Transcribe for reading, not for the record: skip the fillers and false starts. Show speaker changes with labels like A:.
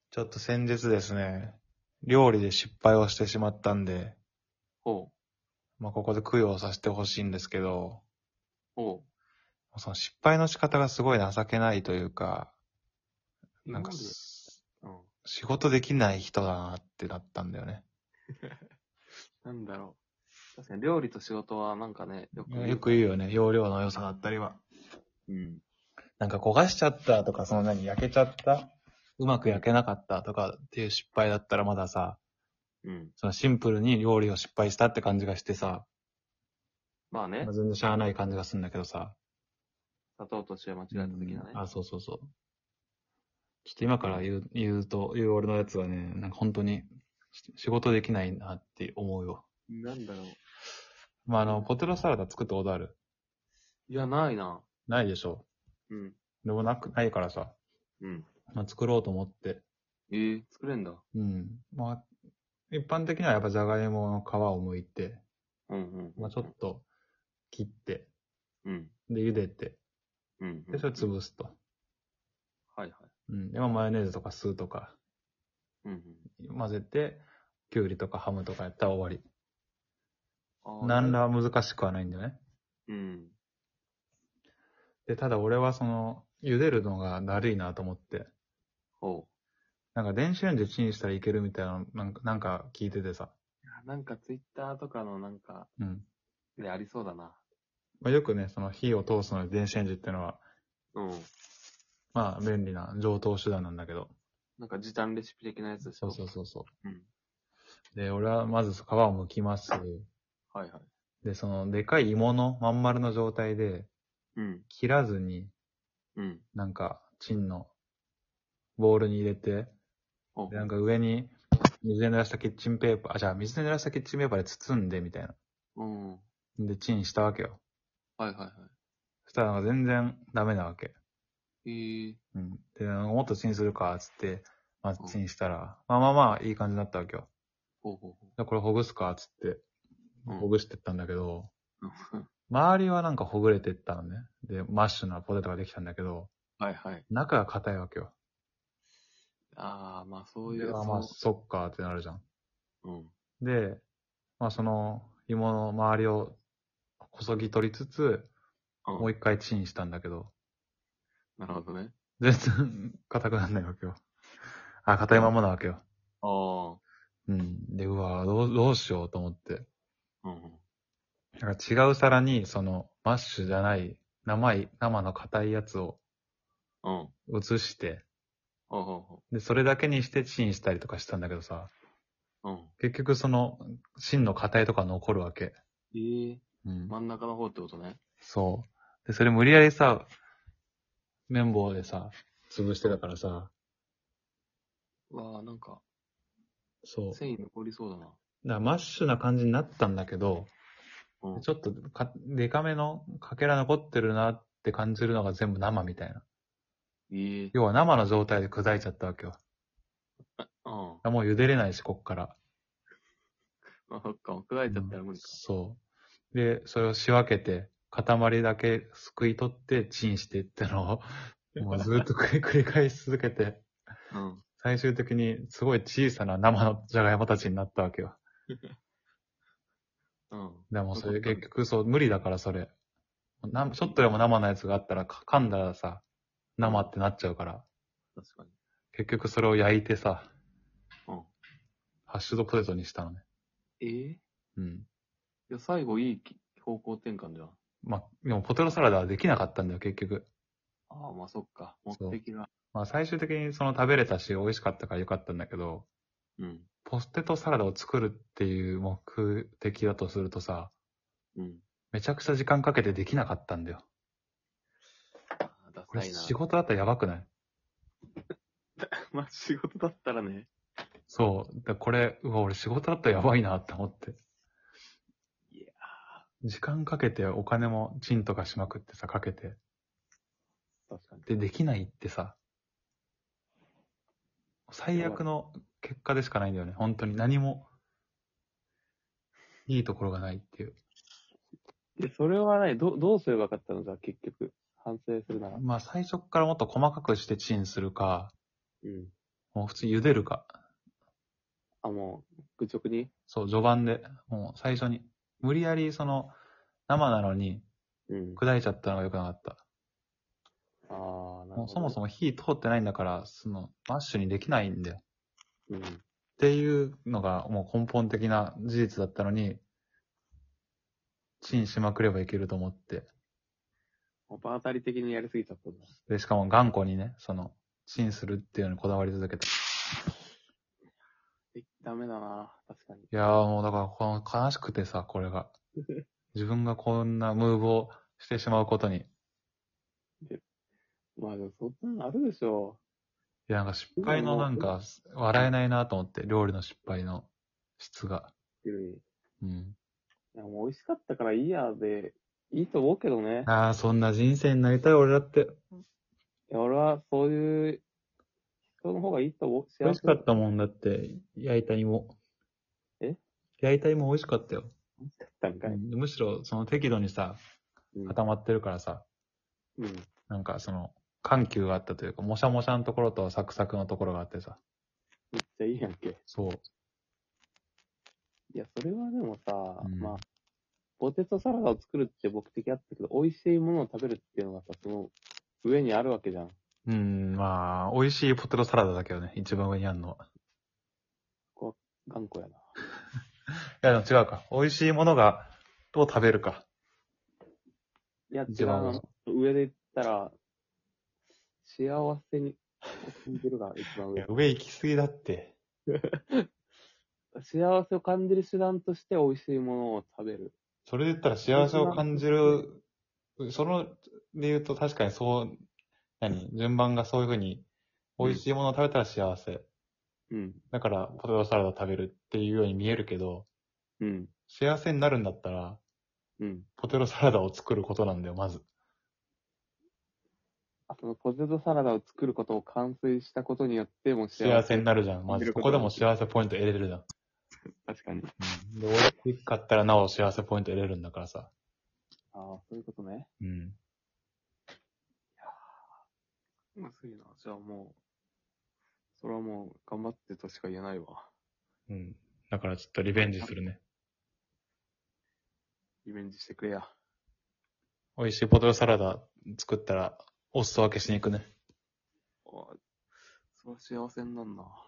A: ちょっと先日ですね、料理で失敗をしてしまったんで、
B: ほ
A: ここで供養させてほしいんですけど、
B: う。ほ
A: その失敗の仕方がすごい情けないというか、
B: う。
A: なんか
B: 料理。
A: す、
B: うん。
A: 仕事できない人だなってなったんだよね。
B: なんだろう。確かに料理と仕事はなんかね、よく言
A: よ
B: うから。
A: く言うよね、容量の良さだったりは。
B: うん。
A: なんか焦がしちゃったとか、焼けちゃったうまく
B: うん。
A: 焼けなかったとかっていう失敗だったらまださ、
B: うん。
A: そのシンプルに料理を失敗したって感じがしてさ、
B: まあね、
A: 全然しゃあない感じがするんだけどさ。
B: 砂糖と塩間違えた時なね。
A: そうそうそう。ちょっと今から言う俺のやつはね、なんか本当に仕事できないなって思うよ。
B: なんだろう。
A: ポテトサラダ作ったことある？
B: いや、ないな。
A: ないでしょ。
B: うん。
A: でもないからさ、
B: うん。
A: 作ろうと思って。
B: 作れんだ。
A: うん。一般的にはやっぱじゃがいもの皮を剥いて、
B: うん、うん、うん。
A: ちょっと切って、
B: うん。
A: で、茹でて、
B: うん、う
A: で、
B: ん。
A: それ潰すと。
B: はいはい。
A: うん。で、マヨネーズとか酢とか
B: うん、うん。
A: 混ぜて、きゅうりとかハムとかやったら終わり。
B: ああ、意外。
A: 何ら難しくはないんだよね。
B: うん。
A: で、ただ俺は茹でるのがだるいなと思って、
B: ほ
A: なんか電子レンジでチンしたらいけるみたいな、なんか聞いててさ。
B: う。いやなんかツイッターとかのなんか、
A: うん。
B: でありそうだな。
A: よくね、その火を通すのに電子レンジっていうのは、
B: うん。
A: 便利な上等手段なんだけど。
B: なんか時短レシピ的なやつでし
A: そう
B: ょ。
A: そうそうそ
B: うん。
A: う。で、俺はまず皮を剥きます。
B: はいはい。
A: で、そのでかい芋のまん丸の状態で、
B: うん。
A: 切らずに、
B: うん。
A: なんか、チンのボウルに入れて、で、なん
B: ほうほ
A: か上に水で濡らしたキッチンペーパー、水で濡らしたキッチンペーパーで包んで、みたいな。
B: う。うん。はい
A: で、チンしたわけよ。
B: はいは
A: そしたらなんか全然ダメなわけ。
B: い。
A: うん。で、もっとチンするか、つって、
B: うん。
A: チンしたら、いい感じになったわけよ。
B: ほうほうほ
A: で、これほぐすか、つって、
B: う。うん。
A: ほぐしてったんだけど、
B: うん。
A: 周りはなんかほぐれてったのね。で、マッシュなポテトができたんだけど、
B: はいはい。
A: 中が硬いわけよ。
B: ああ、まあそうい
A: で、
B: う、
A: そっかってなるじゃん。
B: うん。
A: で、その芋の周りをこそぎ取りつつ、
B: うん。
A: もう一回チンしたんだけど、
B: なるほどね。
A: 全然硬くなんないわけよ。硬いま
B: うん。
A: まなわけよ。
B: ああ。
A: うん。で、どうしようと思って。
B: うん。
A: なんか違う皿に、マッシュじゃない、生の硬いやつを
B: うん。
A: 移して、
B: ほうほうほ
A: で、それだけにしてチンしたりとかしたんだけどさ、
B: う。うん。
A: 結局芯の硬いとか残るわけ。うん。
B: 真ん中の方ってことね。
A: そう。で、それ無理やりさ、綿棒でさ、潰して
B: うん。
A: たからさ、
B: わあ、なんか、
A: そう。
B: 繊維残りそうだな。
A: だからマッシュな感じになったんだけど、
B: うん。
A: ちょっとデカめのかけら残ってるなって感じるのが全部生みたいな。
B: ええ。
A: 要は生の状態で砕いちゃったわけよ。
B: うん。
A: もう茹でれないし、こっから。
B: まあ、そっか、砕いちゃっ
A: うん。
B: たら無理か。
A: そう。で、それを仕分けて、塊だけすくい取ってチンしてってのを、もうずっと繰り返し続けて、
B: うん。
A: 最終的にすごい小さな生のじゃがいもたちになったわけよ。
B: うん。
A: でもそれ
B: 残ったんだ。
A: 結局無理だからそれ。ちょっとでも生のやつがあったら噛んだらさ、
B: うん。
A: 生ってなっちゃうから、
B: 確かに。
A: 結局それを焼いてさ、
B: うん。
A: ハッシュドポテトにしたのね。
B: ええ。
A: うん。
B: いや、最後いい方向転換では。
A: でもポテトサラダはできなかったんだよ、結局。
B: ああ、まあそっか。目
A: そう。
B: 的が。
A: 最終的に食べれたし、美味しかったからよかったんだけど、
B: うん。
A: ポテトサラダを作るっていう目的だとするとさ、
B: うん。
A: めちゃくちゃ時間かけてできなかったんだよ。
B: ああ、ダ
A: これ
B: サいな。
A: 仕事だったらやばくない？
B: まあ仕事だったらね。
A: そう。これ、俺仕事だったらやばいなって思って。
B: いや
A: 時間かけてお金もチンとかしまくってさ、かけて。
B: ー、確かに。
A: で、できないってさ、最
B: やばい。
A: 悪の結果でしかないんだよね。本当に何もいいところがないっていう。
B: で、それはね、どうすればよかったのじゃあ結局。反省するなら。
A: 最初からもっと細かくしてチンするか、
B: うん。
A: もう普通茹でるか。
B: あ、もう、愚直に。
A: そう、序盤で、もう最初に。無理やり生なのに
B: うん。
A: 砕いちゃったのが良くなかった。
B: ああ、なるほど、ね。
A: もうそもそも火通ってないんだから、マッシュにできないんだよ。
B: うん。
A: っていうのがもう根本的な事実だったのに、チンしまくればいけると思って。
B: 場当たり的にやりすぎちゃったんだ。
A: で、しかも頑固にね、チンするっていうのにこだわり続けた。
B: ダメだな、確かに。
A: いやーもうだから悲しくてさ、これが。自分がこんなムーブをしてしまうことに。
B: まあでもそんなのあるでしょ
A: いや、失敗の笑えないなと思って、料理の失敗の質が。
B: う。い
A: うん。
B: や、もう美味しかったからいいやで、いいと思うけどね。
A: ああ、そんな人生になりたい俺だって。
B: いや、俺はそういう人の方がいいと思う。
A: 美味しか
B: 幸せだ。
A: ったもんだって、焼いた芋。
B: え
A: 焼いた芋美味しかったよ。
B: 美味しかったんかい。
A: むしろ、適度にさ、
B: うん。
A: 固まってるからさ、
B: うん。
A: なんか緩急があったというか、もしゃもしゃのところとサクサクのところがあってさ。
B: めっちゃいいやんけ。
A: そう。
B: いや、それはでもさ、
A: うん
B: まあ、ポテトサラダを作るって目的あったけど、美味しいものを食べるっていうのがさ、その上にあるわけじゃん。
A: まあ、美味しいポテトサラダだけどね、一番上にあるのは。
B: こう、頑固やな。
A: いや、でも違うか。美味しいものを食べるか。
B: いや、違
A: 一番
B: うな。上で言ったら、幸せに感じるが一番上。
A: 上行き過ぎだって。
B: 幸せを感じる手段として美味しいものを食べる。
A: それで言ったら幸せを感じる、で言うと確かに順番がそういうふうに、美味しいものを食べたら幸せ。
B: うん。
A: だから、ポテトサラダを食べるっていうように見えるけど、
B: うん。
A: 幸せになるんだったら、
B: うん。
A: ポテトサラダを作ることなんだよ、まず。
B: そのポテトサラダを作ることを完遂したことによっても
A: 幸せになるじゃん。まず、そこでも
B: せ。
A: 幸せポイント得れるじゃん。
B: 確かに。
A: で、美味しかったらなお幸せポイント得れるんだからさ。
B: ああ、そういうことね。
A: うん。
B: むずいな。じゃあもう、それはもう頑張ってとしか言えないわ。
A: うん。だからちょっとリベンジするね。
B: リベンジしてくれや。
A: 美味しいポテトサラダ作ったら、お裾分けしに行くね。
B: それは幸せになんな。